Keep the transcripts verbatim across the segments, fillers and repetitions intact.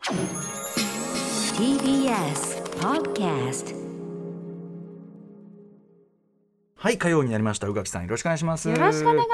ティービーエス Podcast。 はい、火曜になりました。宇垣さん、よろしくお願いします。 よろしくお願いします。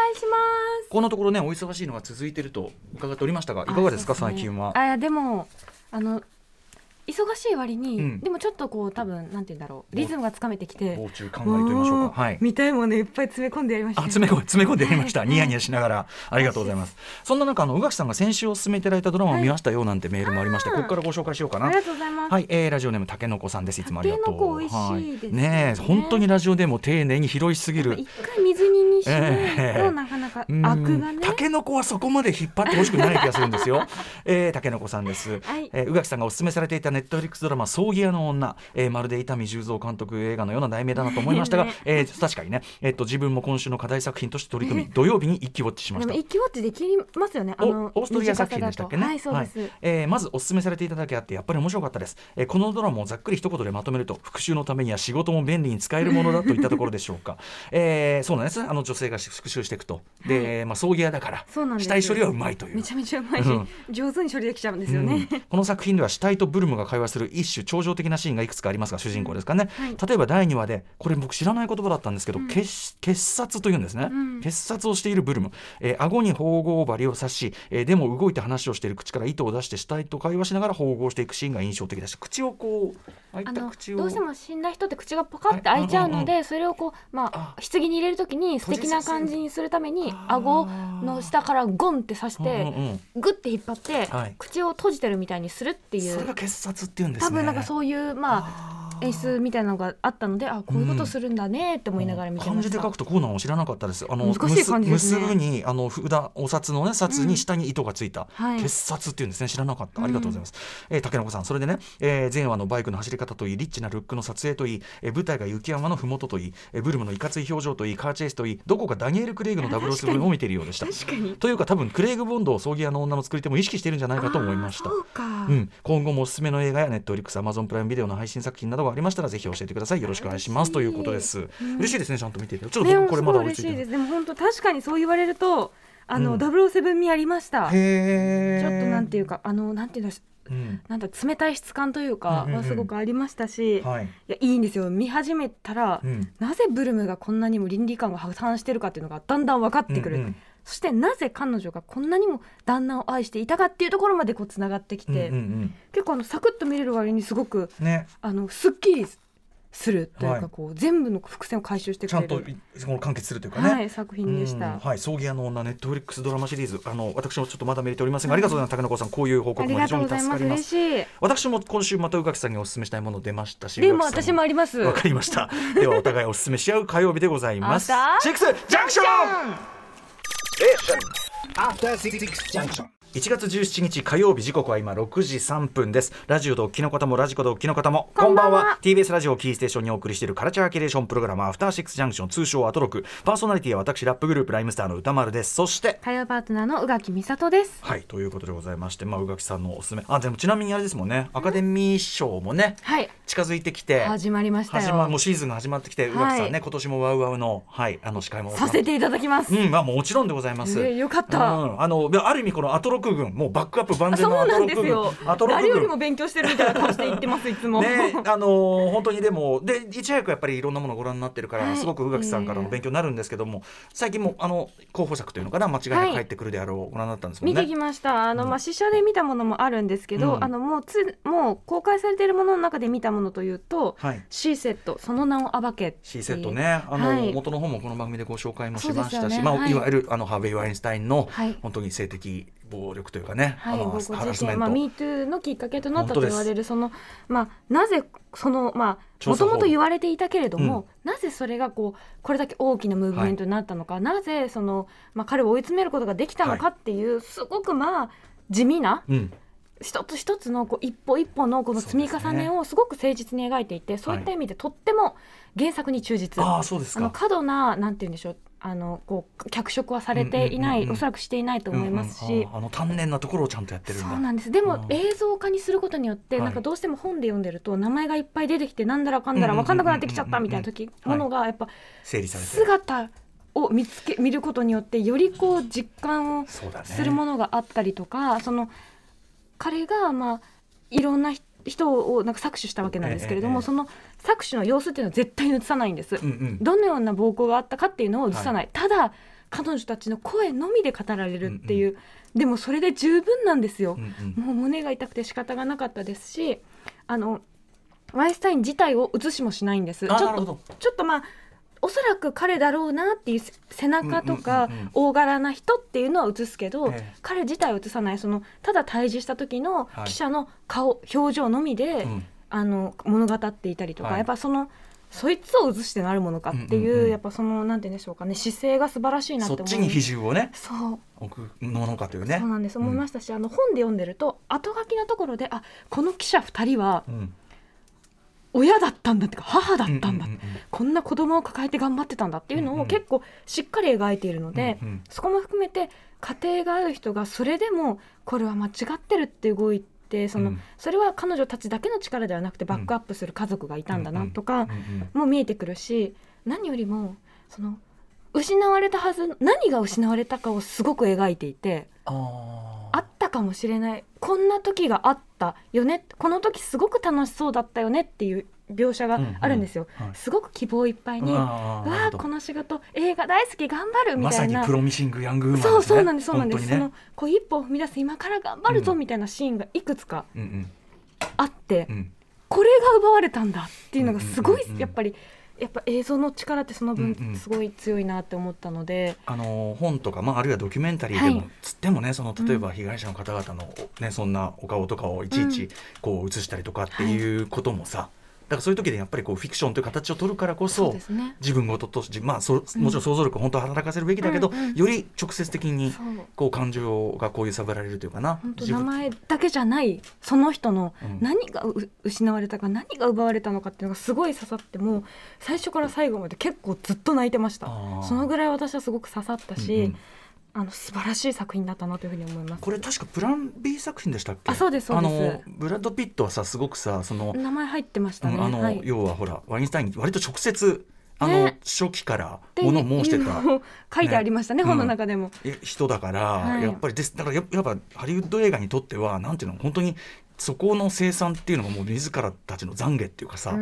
このところね、お忙しいのが続いていると伺っておりましたが、いかがですか、 あ、そうですね、 最近は。 あ、でもあの忙しい割に、うん、でもちょっとこう多分なんて言うんだろう、リズムがつかめてきて、 防虫考えと言いましょうか、はい、 見たいものいっぱい詰め込んでやりました、ね、 あ、詰め込んで詰め込んでやりました、はい、ニヤニヤしながらありがとうございます。そんな中、あの宇垣さんが先週お勧めいただいたドラマを見ましたよなんてメールもありまして、はい、ここからご紹介しようかな。 ありがとうございます。 はい、えー、ラジオネームたけのこさんです。いつもありがとう。 たけのこ美味しいですね。 はい、ね、本当にラジオでも丁寧に拾いすぎる。 一回水煮にしないとなかなかアクがね。 たけのこはそこまで引っ張ってほしくない気がするんですよ。えー、たけのこさんです。はい、えー、宇垣さんがお勧めされていたネットフリックスドラマ葬儀屋の女、えー、まるで伊丹十三監督映画のような題名だなと思いましたが、ね、えー、確かにね、えー、と自分も今週の課題作品として取り組み、土曜日に一気ウォッチしました。 でも一気ウォッチできますよね。あのオーストリア作品でしたっけね。 はい、そうです。 はい、えー、まずお勧めされていただけあってやっぱり面白かったです。えー、このドラマをざっくり一言でまとめると、復讐のためには仕事も便利に使えるものだといったところでしょうか。えー、そうなんです。あの女性が復讐していくと、で、まあ、葬儀屋だから死体処理はうまいという、 めちゃめちゃうまいし、うん、上手に処理できちゃうんですよね。 うん、この作品では死体とブルムが会話する一種超常的なシーンがいくつかありますが、主人公ですかね、はい、例えばだいにわで、これ僕知らない言葉だったんですけど、うん、結結殺というんですね、うん、結殺をしているブルム、えー、顎に縫合針を刺し、えー、でも動いて話をしている口から糸を出して死体と会話しながら縫合していくシーンが印象的でした。口をこう開いた口を、 どうしても死んだ人って口がパカッて開いちゃうので、それをこう、まあ、棺に入れるときに素敵な感じにするために顎の下からゴンって刺してグッて引っ張って、はい、口を閉じてるみたいにするっていう、 それが結殺っていうんですね。 多分なんかそういうまあ演出みたいなのがあったので、あ、こういうことするんだねって思いながら見てました。 漢字で書くとこうなのを知らなかったです。あの難しい漢字ですね。 結ぶにあの札お札のね札に下に糸がついた、うん、結殺っていうんですね。知らなかった。ありがとうございます。うん、えー、竹中さん、それでね、えー、前話のバイクの走り方といい、リッチなルックの撮影といい、えー、舞台が雪山のふもとといい、えー、ブルムのいかつい表情といい、カーチェイスといい、どこかダニエル・クレイグのダブルセブンを見ているようでした。 確かに。 というか多分クレイグ・ボンドを葬儀屋の女の作り手も意識しているんじゃないかと思いました。 そうか、 うん、今後もおすすめの映画やネットフリックス、アマゾンプライムビデオの配信作品などがありましたらぜひ教えてください。よろしくお願いしますということです。うん、嬉しいですね、ちゃんと見ていて。ちょっと僕これまだ追いついてない。 でもすごい嬉しいです。でも本当確かにそう言われると、あの、うん、ダブルセブン味ありました。 へー、 ちょっとなんていうか、あのなんていうんだ、うん、なんだ冷たい質感というかはすごくありましたし、うんうんうん、はい、いやいいんですよ。見始めたら、うん、なぜブルムがこんなにも倫理観が破綻してるかっていうのがだんだん分かってくる、うんうん、そしてなぜ彼女がこんなにも旦那を愛していたかっていうところまでこうつながってきて、うんうんうん、結構あのサクッと見れる割にすごく、ね、あのすっきりするというか、こう、はい、全部の伏線を回収してくれる、 ちゃんとこの完結するというかね、 はい、作品でした。 はい、葬儀屋の女ネットフリックスドラマシリーズ、あの私もちょっとまだ見れておりませんが、ありがとうございます。竹中さん、こういう報告も非常に助かります。 嬉しい。 私も今週また宇垣さんにお勧めしたいもの出ましたし、 でも私もあります。 わかりました。ではお互いお勧めし合う火曜日でございます。シックスジャンクション。アフターシックスジャンクション。いちがつじゅうしちにち火曜日、時刻は今ろくじさんぷんです。ラジオでお聞きの方もラジコでお聞きの方もこんばんは。 ティービーエス ラジオキーステーションにお送りしているカルチャーキュレーションプログラム、アフターシックスジャンクション、通称アトロク。パーソナリティは私、ラップグループライムスターの歌丸です。そして火曜パートナーの宇垣美里です。 はい、ということでございまして、まあ、宇垣さんのおすすめ、あ、でもちなみにあれですもんね、アカデミー賞もね、はい、近づいてきて始まりましたよ。 始まもうシーズンが始まってきて、宇垣さんね、はい、今年もワウワウの、はい、あの司会もさせていただきます。 うん、まあ、もちろんでございます。 えー、よかった、 うん、あのある意味このアトロク軍、もうバックアップ万全のアトロク軍、誰よりも勉強してるみたいな顔して言ってますいつもね、あのー、本当にでもでいち早くやっぱりいろんなものをご覧になってるから、はい、すごく宇垣さんからの勉強になるんですけども、最近もあの候補作というのかな、間違いなく入ってくるであろう、はい、ご覧になったんですもんね。 見てきました。あの、うん、まあ、試写で見たものもあるんですけど、うん、あのもうつもう公開されているものの中で見たものというと、はい、シーセット、その名を暴け。 シーセットね、あの、はい、元の方もこの番組でご紹介もしましたし、ね、まあ、はい、いわゆるあのハーベイ・ワインスタインの、はい、本当に性的暴力というかね、 はい、 あのハラスメント、まあ、ミートゥー のきっかけとなったと言われる、その、まあ、なぜその、まあ、もともと言われていたけれども、うん、なぜそれがこうこれだけ大きなムーブメントになったのか、はい、なぜその、まあ、彼を追い詰めることができたのかっていう、はい、すごくまあ地味な、うん、一つ一つのこう一歩一歩のこの積み重ねをすごく誠実に描いていて、そういった意味でとっても原作に忠実、 はい、あ、そうですか。 あの過度な、なんて言うんでしょう、あのこう脚色はされていない、うんうんうんうん、おそらくしていないと思いますし、うんうん、 あ, あの丹念なところをちゃんとやってるんだ。 そうなんです。でも映像化にすることによって、なんかどうしても本で読んでると名前がいっぱい出てきて、なんだらかんだら分かんなくなってきちゃったみたいな時、ものがやっぱ整理されて姿を見つけ見ることによってよりこう実感をするものがあったりとか、その彼がまあいろんな人をなんか搾取したわけなんですけれども、ええ、その搾取の様子っていうのは絶対に映さないんです、うんうん、どのような暴行があったかっていうのを映さない、はい、ただ彼女たちの声のみで語られるっていう、うんうん、でもそれで十分なんですよ、うんうん、もう胸が痛くて仕方がなかったですし、あのワインスタイン自体を映しもしないんです。ちょっとちょっとまあおそらく彼だろうなっていう背中とか大柄な人っていうのは映すけど、うんうんうん、彼自体を映さない、そのただ対峙した時の記者の顔、はい、表情のみで、うん、あの物語っていたりとか、はい、やっぱそのそいつを映してなるものかっていう、うんうんうん、やっぱそのなんて言うんでしょうかね、姿勢が素晴らしいなって思う。 そっちに比重をねそう置くものかというね。 そうなんです、思いましたし、うん、あの本で読んでると後書きのところで、あこの記者ふたりは、うん親だったんだってか母だったんだ、うんうんうん、こんな子供を抱えて頑張ってたんだっていうのを結構しっかり描いているので、うんうん、そこも含めて家庭がある人がそれでもこれは間違ってるって動いて、その、うん、それは彼女たちだけの力ではなくてバックアップする家族がいたんだなとかも見えてくるし、何よりもその失われたはず、何が失われたかをすごく描いていて、あ, あったかもしれない、こんな時があったよね、この時すごく楽しそうだったよねっていう描写があるんですよ、うんうんはい、すごく希望いっぱいに、うわーこの仕事映画大好き頑張るみたいな、 まさにプロミシングヤングウーマンですね。 そうそうなんですそうなんです、ね、そのこう一歩を踏み出す今から頑張るぞみたいなシーンがいくつかあって、うんうん、これが奪われたんだっていうのがすごい、うんうんうんうん、やっぱりやっぱ映像の力ってその分すごい強いなって思ったので、 うんうん、あの本とか、まあ、あるいはドキュメンタリーでも、はい、つってもね、その例えば被害者の方々の、ね、そんなお顔とかをいちいちこう映したりとかっていうこともさ、はい、だからそういう時でやっぱりこうフィクションという形を取るからこそ、ね、自分ごととして、まあ、そもちろん想像力を本当は働かせるべきだけど、うんうん、より直接的にこう感情がこう揺さぶられるというかな、 本当名前だけじゃないその人の何がう失われたか何が奪われたのかっていうのがすごい刺さって、もう最初から最後まで結構ずっと泣いてました。そのぐらい私はすごく刺さったし、うんうん、あの素晴らしい作品だったなというふうに思います。 これ確かプラン B 作品でしたっけ？ あ、そうですそうです。 あのブラッド・ピットはさすごくさ、その名前入ってましたね。 あの、はい、要はほらワインスタインに割と直接あの、ね、初期からものを申してた書いてありましたね、ね、本の中でも、 うん、人だから、はい、やっぱりですだからやっぱハリウッド映画にとってはなんていうの、本当にそこの生産っていうのがもう自らたちの懺悔っていうかさ、うん、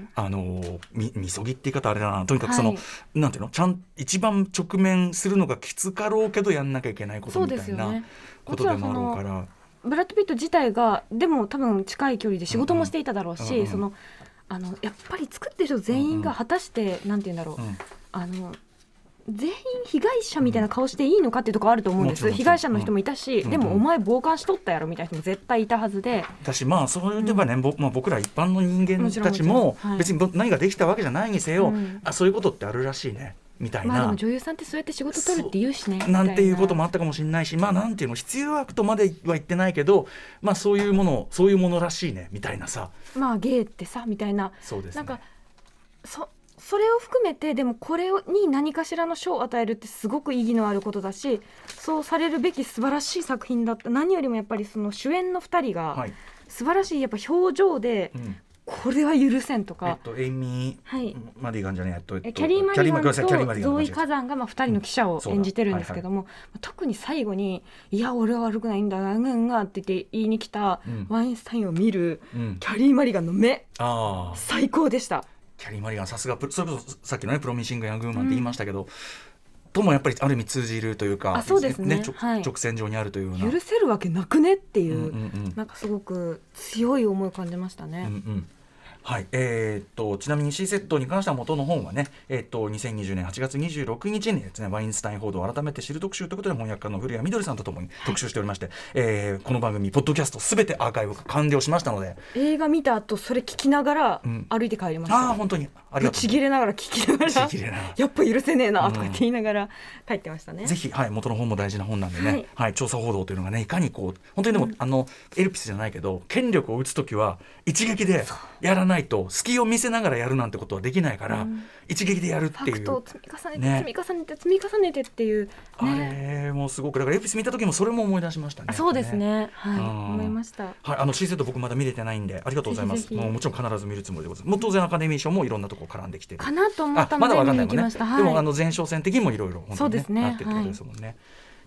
あのみみそぎって言い方あれだな、とにかくその、はい、なんていうの、ちゃん一番直面するのがきつかろうけどやんなきゃいけないことみたいなことでもあろうから、 ブラッド・ピット自体がでも多分近い距離で仕事もしていただろうし、うんうん、そのあのやっぱり作ってる人全員が果たして、うんうん、なんて言うんだろう、うん、あの全員被害者みたいな顔していいのかっていうところあると思うんです、うん、被害者の人もいたし、うん、でもお前傍観しとったやろみたいな人も絶対いたはずで、 私まあそういうばね、うんまあ、僕ら一般の人間たちも別に何ができたわけじゃないにせよ、はい、あそういうことってあるらしいねみたいな、 まあ、でも女優さんってそうやって仕事取るって言うしねなんていうこともあったかもしれないし、まあなんていうの、必要悪とまでは言ってないけど、まあそういうものそういうものらしいねみたいなさ、 まあゲイってさみたいな、 そうですね、 なんかそそれを含めてでもこれに何かしらの賞を与えるってすごく意義のあることだし、そうされるべき素晴らしい作品だった。何よりもやっぱりその主演のふたりが素晴らしいやっぱ表情で、はい、うんこれは許せんとか、 えっと、エイミー、はい、マディガンじゃない、えっと、 キャリー・マディガンとゾーイ・カザンがまあふたりの記者を演じてるんですけども、うんはいはい、特に最後にいや俺は悪くないんだうんうんがって言って言いに来たワインスタインを見る、うん、キャリー・マディガンの目、あ最高でした。 キャリー・マディガンさすが、それこそさっきのねプロミシング・ヤング・ウーマンって言いましたけど、うんともやっぱりある意味通じるというか、 あそうですね、ねはい、直線上にあるというような、 許せるわけなくねっていう、うんうんうん、なんかすごく強い思いを感じましたね、うんうんはいえー、っとちなみに C セットに関しては元の本はね、えー、っとにせんにじゅうねんはちがつにじゅうろくにちにですねワインスタイン報道を改めて知る特集ということで翻訳家の古谷みどりさんとともに特集しておりまして、はいえー、この番組ポッドキャストすべてアーカイブが完了しましたので、 映画見た後それ聞きながら歩いて帰りました、 うん、あ本当にありがとう。 ちぎれながら聞きながらやっぱ許せねえなとかって言いながら帰ってましたね、 うん、ぜひ、はい、元の本も大事な本なんでね、はいはい、調査報道というのがねいかにこう本当にでも、うん、あのエルピスじゃないけど権力を打つときは一撃でやらないと隙を見せながらやるなんてことはできないから、うん、一撃でやるっていうファクトを積み重ねて、ね、積み重ねて積み重ねてっていう、ね、 あれもすごくだからエルピス見た時もそれも思い出しましたね。 そうですね、はい、思いました、 はい、あの C セット僕まだ見れてないんでありがとうございます。ぜひぜひもうもちろん必ず見るつもりでございます。もう当然アカデミー賞もいろんなところ絡んできてるかなと思ったのでまだわかんないもんね、 見に行きました、はい、 でもあの前哨戦的にもいろいろなってってことですもんね、はい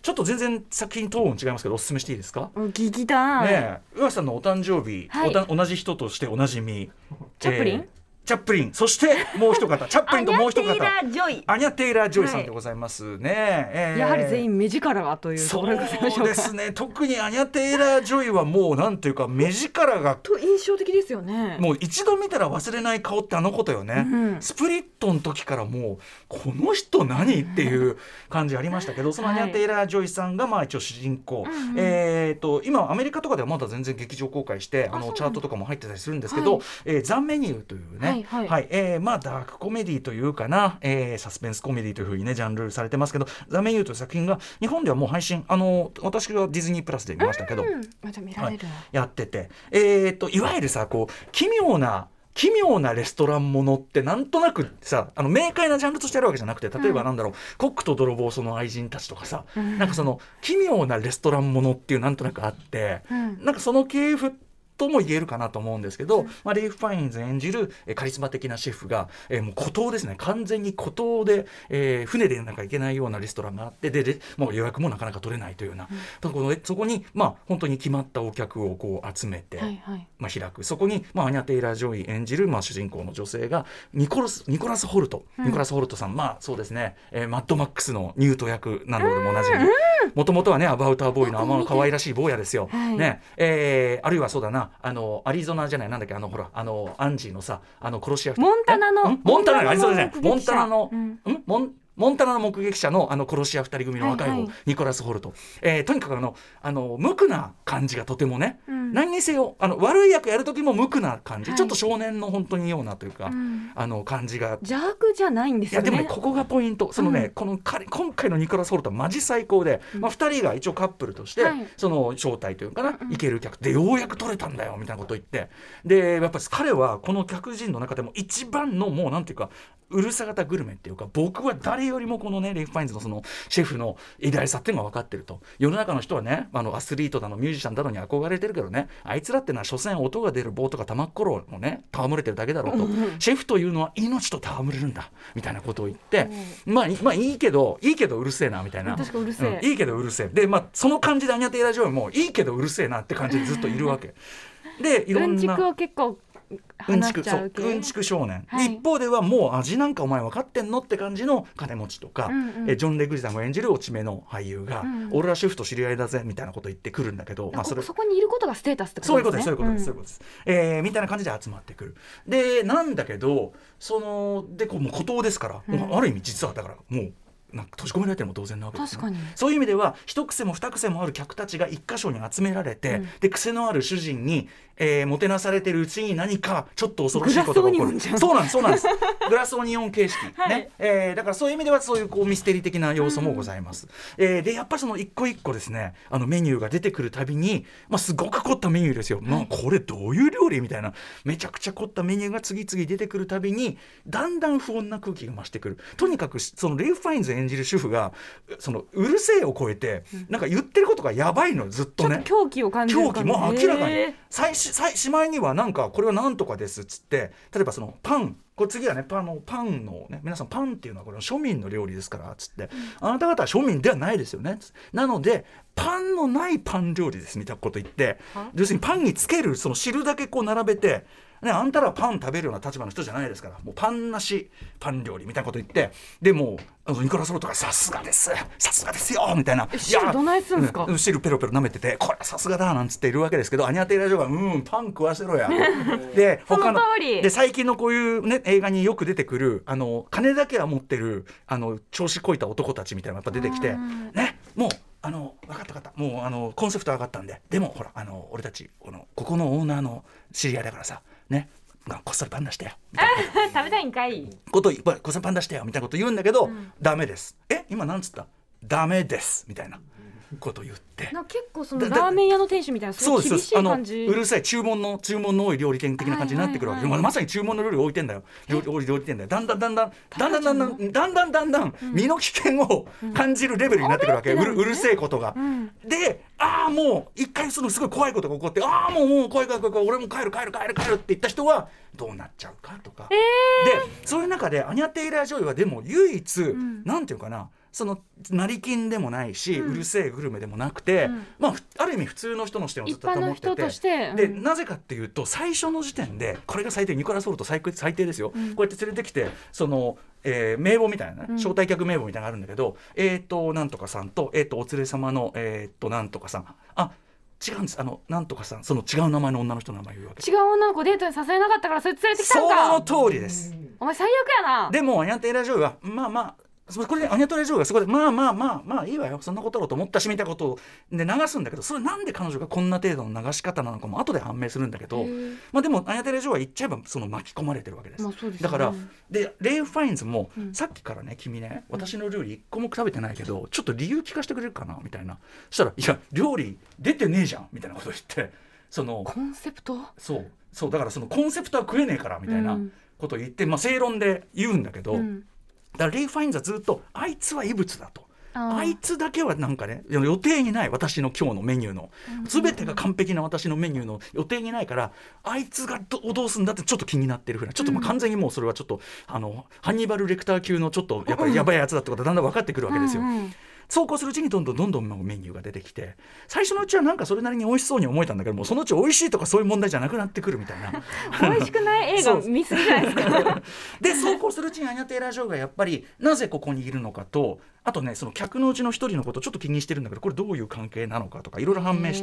ちょっと全然作品トーン違いますけどおすすめしていいですか。 聞きたい。 ねえ、上橋さんのお誕生日、はい、おた同じ人としておなじみチャップリン、 えーチャップリン、そしてもう一方チャップリンともう一方アニャ・テイラー・ジョイアニャ・テイラー・ジョイさんでございますね、はいえー、やはり全員目力がというところでございましょうか。 そうですね、特にアニャ・テイラー・ジョイはもうなんていうか目力がと印象的ですよね。 もう一度見たら忘れない顔ってあのことよね、うん、スプリットの時からもうこの人何っていう感じありましたけど、そのアニャ・テイラー・ジョイさんがまあ一応主人公、はい、えー、と今アメリカとかではまだ全然劇場公開してあのチャートとかも入ってたりするんですけど、はい、えー、ザ・メニューというね、はいはいはい、えーまあ、ダークコメディというかな、えー、サスペンスコメディというふうにねジャンルされてますけど、ザ・メニューという作品が日本ではもう配信、あの私はディズニープラスで見ましたけど、 また見られる、はい、 やってて、えー、といわゆるさこう奇妙な奇妙なレストランものってなんとなくさ、あの明快なジャンルとしてあるわけじゃなくて、例えばなんだろう、うん、コックと泥棒その愛人たちとかさ、うん、なんかその奇妙なレストランものっていうなんとなくあって、うん、なんかその系譜とも言えるかなと思うんですけど、うん、まあ、レイフ・ファインズ演じるえカリスマ的なシェフが、えー、もう孤島ですね、完全に孤島で、えー、船でなんか行けないようなレストランがあって、ででもう予約もなかなか取れないというような、うん、このそこに、まあ、本当に決まったお客をこう集めて、はいはい、まあ、開く。そこに、まあ、アニャ・テイラー・ジョイ演じる、まあ、主人公の女性がニコラス、ニコラス・ホルト、うん、ニコラス・ホルトさん、まあそうですね、えー、マッドマックスのニュート役などでも同じみ、もともとはねアバウターボーイのあの可愛らしい坊やですよ、はい、ね、えー、あるいはそうだな、あのアリゾナじゃないなんだっけ、あのほらあのアンジーのさ、あの殺し屋、 モンタナのモンタナのアリゾナじゃないモンタナの、うん、モンモンタナの目撃者のあの殺し屋ふたり組の若い方、はいはい、ニコラス・ホルト、えー、とにかくあのあの無垢な感じがとてもね、うん、何にせよあの悪い役やる時も無垢な感じ、はい、ちょっと少年の本当にようなというか、うん、あの感じが邪悪じゃないんですよね。 いやでもねここがポイント、そのね、うん、この彼今回のニコラス・ホルトはマジ最高で、うん、まあ、ふたりが一応カップルとして、はい、その招待というかな、うん、行ける客でようやく取れたんだよみたいなことを言って、でやっぱり彼はこの客人の中でも一番のもうなんていうかうるさ型グルメっていうか、僕は誰よりもこのねレイフ・ファインズのそのシェフの偉大さっていうのが分かってると。世の中の人はね、あのアスリートだのミュージシャンだのに憧れてるけどね、あいつらってのは所詮音が出る棒とか玉っころをね戯れてるだけだろうと、うん、シェフというのは命と戯れるんだみたいなことを言って、うん、まあ、まあいいけどいいけどうるせえなみたいな、 確かうるせえ、 うん、いいけどうるせえで、まあ、その感じでアニャ・テイラー・ジョイもいいけどうるせえなって感じでずっといるわけで、いろんなうんちくを結構うんちく、そううんちく少年、はい、一方ではもう味なんかお前分かってんのって感じの金持ちとか、うんうん、えジョン・レグジさんが演じる落ち目の俳優が、うん、俺はシェフと知り合いだぜみたいなこと言ってくるんだけど、まあ、それそこにいることがステータスってことですね。 そういうことです、そういうことです、そういうことです、えー、みたいな感じで集まってくる。でなんだけどそのでこうもう孤島ですから、うん、もうある意味実はだからもうなんか閉じ込められてるのも同然なわけです、ね、 確かにそういう意味では一癖も二癖もある客たちが一箇所に集められて、うん、で癖のある主人に、えー、もてなされてるうちに何かちょっと恐ろしいことが起こる。そうなんですそうなんですグラスオニオン形式、はい、ね、えー、だからそういう意味ではそういうこうミステリー的な要素もございます、うん、えー、でやっぱりその一個一個ですね、あのメニューが出てくるたびに、まあ、すごく凝ったメニューですよ、はい、まあ、これどういう料理みたいなめちゃくちゃ凝ったメニューが次々出てくるたびにだんだん不穏な空気が増してくる。とにかくそのレイフ・ファインズ演じる主婦がそのうるせえを超えて、うん、なんか言ってることがやばいのずっとね、 狂気を感じる狂気も明らかに最最しまいにはなんかこれはなんとかですっつって、例えばそのパンこれ次はねパンのパンのね皆さんパンっていうのはこれ庶民の料理ですからつって、うん、あなた方は庶民ではないですよね、なのでパンのないパン料理ですみたいなこと言って、要するにパンにつけるその汁だけこう並べてね、あんたらはパン食べるような立場の人じゃないですから、もうパンなしパン料理みたいなこと言って、でもうニコラス・ホルトがさすがですさすがですよみたいな、 汁どないすんですか、 うん、汁ペロペロ舐めててこれさすがだなんつっているわけですけど、アニャ・テイラー・ジョイがうんパン食わせろやで他ので最近のこういう、ね、映画によく出てくるあの金だけは持ってるあの調子こいた男たちみたいなのがやっぱ出てきてね、もうあの分かった分かったもうあのコンセプト上がったんで、でもほらあの俺たちこのここのオーナーの知り合いだからさね、こっそりパン出してよみたいな食べたいんかいことこっそりパン出してよみたいなこと言うんだけど、うん、ダメです。え今なんつった？ダメですみたいなこと言って、 な結構そのラーメン屋の店主みたいなすごい厳しい感じ、 うるさい注文の注文の多い料理店的な感じになってくるわけ、はいはいはい、まさに注文の料理置いてんだよ、料理料理店だよ、だんだんだんだんだんだんだんだんだんだんだんだん身の危険を感じるレベルになってくるわけ、うん、うる、うるせえことが、うん、でああもう一回そのすごい怖いことが起こって、ああもうもう怖い怖い怖い俺も帰る帰る帰る帰るって言った人はどうなっちゃうかとか、えー、でそういう中でアニャ・テイラー・ジョイはでも唯一、うん、なんていうかなその成金でもないし、うん、うるせえグルメでもなくて、うん、まあ、ある意味普通の人の視点をずっと保ってて、 して、うん、 でなぜかっていうと最初の時点でこれが最低、ニコラス・ホルト最最低ですよ、うん、こうやって連れてきてその、えー、名簿みたいなね、うん、招待客名簿みたいなのがあるんだけど、えーとなんとかさんと、えーとお連れ様のえーとなんとかさん、あ違うんです、あのなんとかさん、その違う名前の女の人の名前言うわけ。 違う女の子デートに誘えなかったからそれ連れてきたんか。 その通りです。 お前最悪やな。 でもアニャ・テイラー・ジョイはまあまあこれでアニャ・テイラー・ジョイがそこでまあまあまあまあいいわよ、そんなことだろうと思ったしみたいなことをで流すんだけど、それなんで彼女がこんな程度の流し方なのかも後で判明するんだけど、まあでもアニャ・テイラー・ジョイは言っちゃえばその巻き込まれてるわけです、まあそうですね、だからでレイフ・ファインズも、うん、さっきからね君ね私の料理一個も食べてないけどちょっと理由聞かせてくれるかなみたいな、そしたらいや料理出てねえじゃんみたいなことを言って、そのコンセプトそうそうだからそのコンセプトは食えねえからみたいなことを言って、うん、まあ正論で言うんだけど、うん、だからレイ・ファインズはずっとあいつは異物だと、 あ, あいつだけはなんかね予定にない私の今日のメニューの全てが完璧な私のメニューの予定にないから、あいつが ど, どうすんだってちょっと気になってるふうな、ちょっとまあ完全にもうそれはちょっとあのハンニバル・レクター級のちょっとやっぱりやばいやつだってことがだんだん分かってくるわけですよ、うんうん、そうこうするうちにどんどんどんどんメニューが出てきて、最初のうちはなんかそれなりに美味しそうに思えたんだけども、そのうち美味しいとかそういう問題じゃなくなってくるみたいな美味しくない映画見すぎじゃないですかでそうこうするうちにアニャ・テイラー・ジョイがやっぱりなぜここにいるのかと、あとねその客のうちの一人のことをちょっと気にしてるんだけどこれどういう関係なのかとかいろいろ判明して、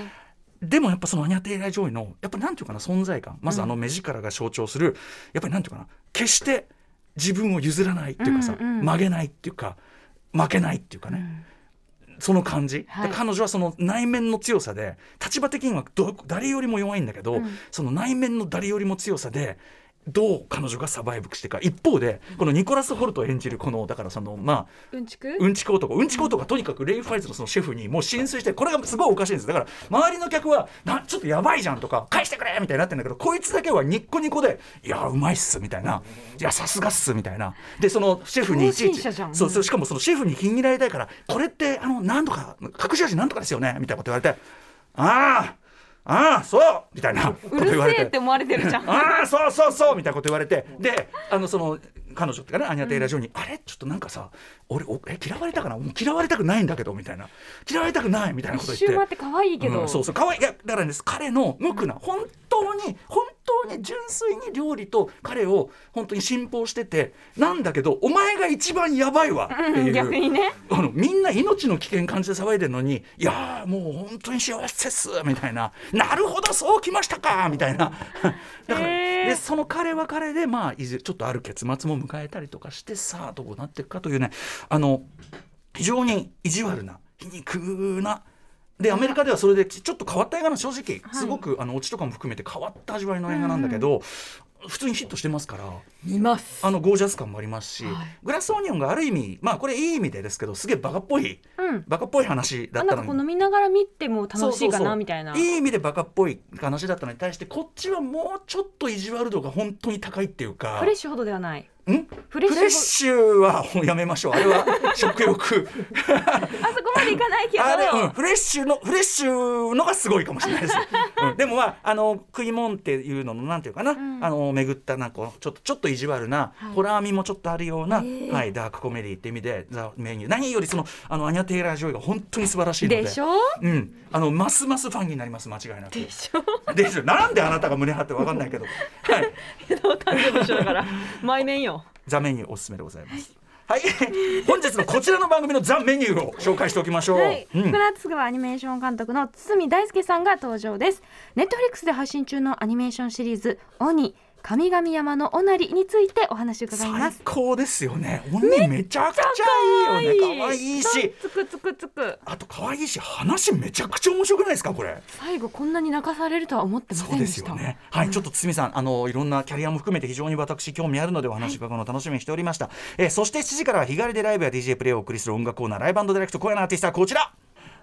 でもやっぱそのアニャ・テイラー・ジョイのやっぱなんていうかな存在感、まずあの目力が象徴する、うん、やっぱりなんていうかな決して自分を譲らないっていうかさ、うんうん、曲げないっていうか負けないっていうかね、うん、その感じ、はい、で彼女はその内面の強さで立場的にはど誰よりも弱いんだけど、うん、その内面の誰よりも強さでどう彼女がサバイブしていくか。一方でこのニコラス・ホルトを演じるこのだからそのまあうんちくうんちく男うんちく男がとにかくレイ・ファイズのそのシェフにもう浸水して、これがすごいおかしいんです。だから周りの客はなちょっとやばいじゃんとか返してくれみたいになってるんだけど、こいつだけはニッコニコでいやうまいっすみたいな、いやさすがっすみたいな、でそのシェフにいちいちそうそうしかもそのシェフに気に入られたいからこれってあのなんとか隠し味なんとかですよねみたいなこと言われて、ああああそうみたいなこと言われて、うるせえって思われてるじゃんああそうそうそうみたいなこと言われて、であのその彼女ってかねアニャ・テイラー・ジョイに、うん、あれちょっとなんかさ俺おえ嫌われたかな、もう嫌われたくないんだけどみたいな、嫌われたくないみたいなこと言って、 一周回って可愛いけど、 うん、そうそう可愛い、いやだからね彼の無垢な本当に本当に純粋に料理と彼を本当に信奉してて、なんだけどお前が一番やばいわっていう、うん、逆にねあのみんな命の危険感じて騒いでるのに、いやもう本当に幸せですみたいな、なるほどそうきましたかみたいなだからでその彼は彼でまあちょっとある結末も迎えたりとかして、さあどうなっていくかというね、あの非常に意地悪な皮肉なでアメリカではそれでちょっと変わった映画の正直すごく、はい、あのオチとかも含めて変わった味わいの映画なんだけど、うん、普通にヒットしてますから見ます。 あのゴージャス感もありますし、はい、グラスオニオンがある意味まあこれいい意味でですけどすげえバカっぽい、うん、バカっぽい話だったのに、 なんかこう飲みながら見ても楽しいかなみたいな、 いい意味でバカっぽい話だったのに対してこっちはもうちょっと意地悪度が本当に高いっていうか、 フレッシュほどではない、 んフレッシュ、フレッシュはやめましょう、あれは食欲あそこまでいかないけどあれ、 うん、フレッシュのフレッシュのがすごいかもしれないです、うん、でもまああの食い物っていうののなんていうかな、うん、あの巡ったなんかちょっとちょっと意地悪な、はい、ホラー味もちょっとあるような、はい、ダークコメディって意味でザ・メニュー、何よりそのあのアニャ・テイラー・ジョイが本当に素晴らしいので、 でしょ、 うん、あのますますファンになります間違いなく、 でしょでしょ、なんであなたが胸張って分かんないけどはい誕生日一緒だから毎年よザ・メニューおすすめでございます。はい、本日のこちらの番組のザ・メニューを紹介しておきましょう。はい、 うん、この後すぐはアニメーション監督の堤大輔さんが登場です。ネットフリックスで配信中のアニメーションシリーズ鬼神々山のおなりについてお話を伺います。 最高ですよね。鬼めちゃくちゃいいよね。可愛いし、 つくつくつく。 あと可愛いし、話めちゃくちゃ面白くないですかこれ。 最後こんなに泣かされるとは思ってませんでした。 そうですよね。はい、うん、ちょっと堤さん、あのいろんなキャリアも含めて非常に私興味あるのでお話伺うのを楽しみにしておりました。はい、えー、そしてしちじからは日帰りでライブや ディージェー プレイをお送りする音楽コーナーライブ&ディレクト、今夜のアーティストはこちら。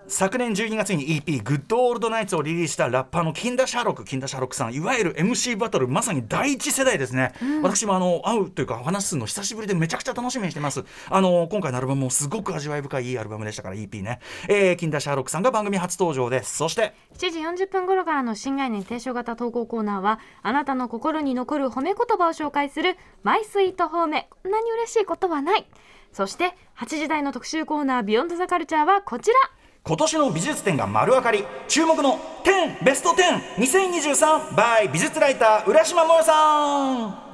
昨年じゅうにがつに イーピー グッドオールドナイツをリリースしたラッパーのキンダシャーロックキンダシャーロックさん、いわゆる エムシー バトルまさに第一世代ですね、うん、私もあの会うというか話すの久しぶりでめちゃくちゃ楽しみにしてます。あの今回のアルバムもすごく味わい深いいいアルバムでしたから イーピー ね、えー、キンダシャーロックさんが番組初登場です。そしてしちじよんじゅっぷん頃からの新概念提唱型投稿コーナーは、あなたの心に残る褒め言葉を紹介するマイスイート褒め、こんなに嬉しいことはない。そしてはちじ台の特集コーナービヨンドザカルチャーはこちら、 今年の美術展が丸分かり、注目のじゅうベストじゅうにせんにじゅうさん by 美術ライター浦島もよさん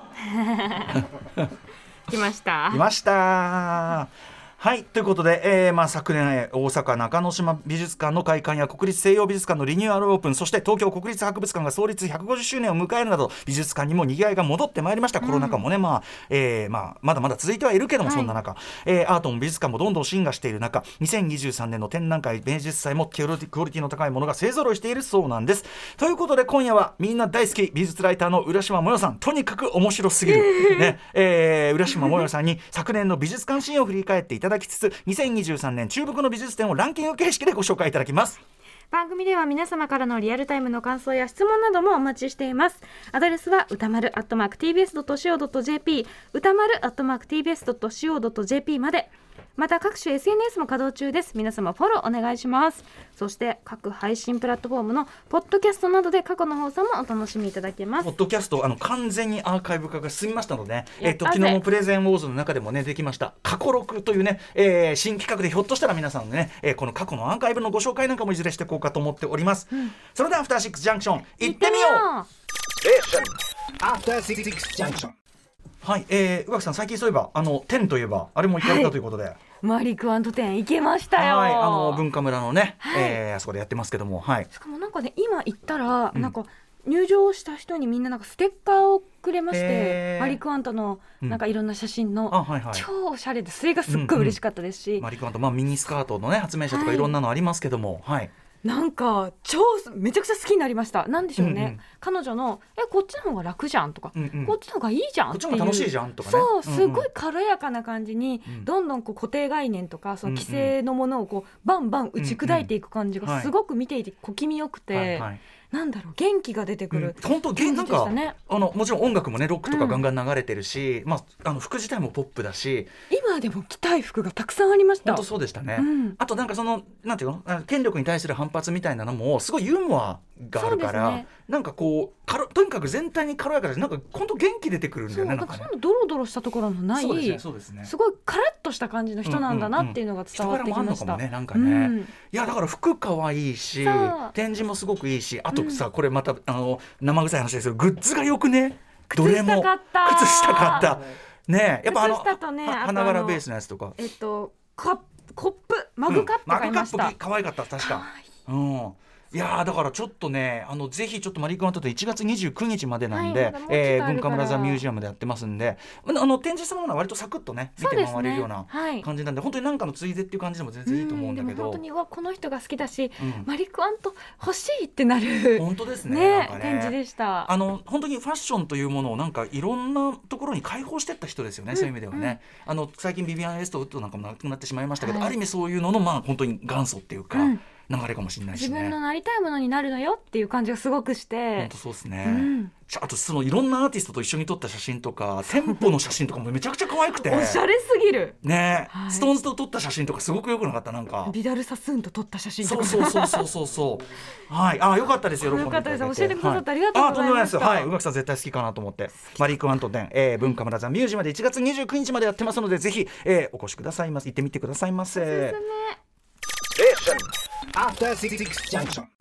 来ました来ましたはい、ということで、えーまあ、昨年大阪中之島美術館の開館や国立西洋美術館のリニューアルオープン、そして東京国立博物館が創立ひゃくごじゅっしゅうねんを迎えるなど美術館にも賑わいが戻ってまいりました。コロナ禍もね、まあえーまあ、まだまだ続いてはいるけども、はい、そんな中、えー、アートも美術館もどんどん進化している中、にせんにじゅうさんねんの展覧会芸術祭もクオリティの高いものが勢ぞろいしているそうなんです。ということで今夜はみんな大好き美術ライターの浦島もよさん、とにかく面白すぎる、ねえー、浦島もよさんに昨年の美術館シーンを振り返っていただきつつ、にせんにじゅうさんねん注目の美術展をランキング形式でご紹介いただきます。 番組では皆様からのリアルタイムの感想や質問などもお待ちしています。アドレスは歌丸 アットマーク ティービーエスドットシーオードットジェーピー 歌丸 アットマーク ティービーエスドットシーオードットジェーピー まで。また各種 エスエヌエス も稼働中です。皆様フォローお願いします。そして各配信プラットフォームのポッドキャストなどで過去の放送もお楽しみいただけます。 ポッドキャストあの完全にアーカイブ化が進みましたので、えー、と昨日もプレゼンウォーズの中でもねできました過去録というね、えー、新企画でひょっとしたら皆さんのね、えー、この過去のアーカイブのご紹介なんかもいずれしていこうかと思っております、うん、それではアフターシックスジャンクション行ってみよう。アフターシックスジャンクション、はい、えー、宇垣さん最近そういえばあのテンといえばあれも行かれたということで、はい、 マリークワント展行けましたよ。 はい、あの文化村のね、はい、えー、あそこでやってますけども、はい、 しかもなんかね今行ったら、うん、なんか入場した人にみんななんかステッカーをくれまして、えー、マリークワントのなんかいろんな写真の、うんはいはい、超おしゃれでそれがすっごい嬉しかったですし、うんうん、 マリークワント、まあ、ミニスカートのね発明者とかいろんなのありますけども、はい、はい、 なんか超めちゃくちゃ好きになりました。なんでしょうね、うんうん、彼女のえこっちの方が楽じゃんとか、うんうん、こっちの方がいいじゃんっていう、 こっちも楽しいじゃんとかね、 そうすごい軽やかな感じに、うんうん、どんどんこう固定概念とかその既成のものをこうバンバン打ち砕いていく感じがすごく見ていて小気味よくて、はいはいはい、なんだろう元気が出てくる、 うん、本当元気でしたね。あのもちろん音楽もねロックとかガンガン流れてるし、うん、まあ、あの服自体もポップだし今でも着たい服がたくさんありました。 本当そうでしたね、うん、あとなんかそのなんていうの権力に対する反発みたいなのもすごいユーモアがあるから、ね、なんかこうかとにかく全体に軽やかでなんか本当元気出てくるんだよね。 そうなんかね、そのドロドロしたところのないそうですね、そうですね、すごいカラッとした感じの人なんだなっていうのが伝わってきました。 人柄もあんのかもね、なんかね、うん、いやだから服かわいいし展示もすごくいいし、あとさ、うん、これまたあの生臭い話ですけどグッズがよくね、どれも靴下買ったね、やっぱあの靴下と、ね、花柄ベースのやつとか、 えっとカップコップマグカップ買いました、うん、マグカップ可愛かった確か、うん、いやだからちょっとねあのぜひちょっとマリークワント展いちがつにじゅうくにちまでなんで、はい、えー、文化村ザミュージアムでやってますんで、あの展示そのものは割とサクッとね見て回れるような感じなんで、はい、本当に何かのついでっていう感じでも全然いいと思うんだけど、 でも本当にうわこの人が好きだし、うん、マリークワント欲しいってなる本当ですね、 ね、 なんかね展示でした。 あの本当にファッションというものをなんかいろんなところに解放していった人ですよね、うん、そういう意味ではね、うん、あの最近ビビアン・エストウッドなんかもなくなってしまいましたけど、はい、ある意味そういうののまあ本当に元祖っていうか、うん、流れかもしれないしね、 自分のなりたいものになるのよっていう感じがすごくして、 本当そうですね、うん、あとそのいろんなアーティストと一緒に撮った写真とか店舗の写真とかもめちゃくちゃ可愛くておしゃれすぎるね、はい、ストーンズと撮った写真とかすごく良くなかった。なんかビダル・サスーンと撮った写真とかそうそうそうそうそうはい、あ良かったですよ。 良かったです。教えてくださってありがとうございました。 はい、宇垣さん絶対好きかなと思ってマリークワント展、えー、文化村ザミュージアムまでいちがつにじゅうくにちまでやってますのでぜひ、えー、お越しくださいませ。行ってみてくださいませ。 おすすめ。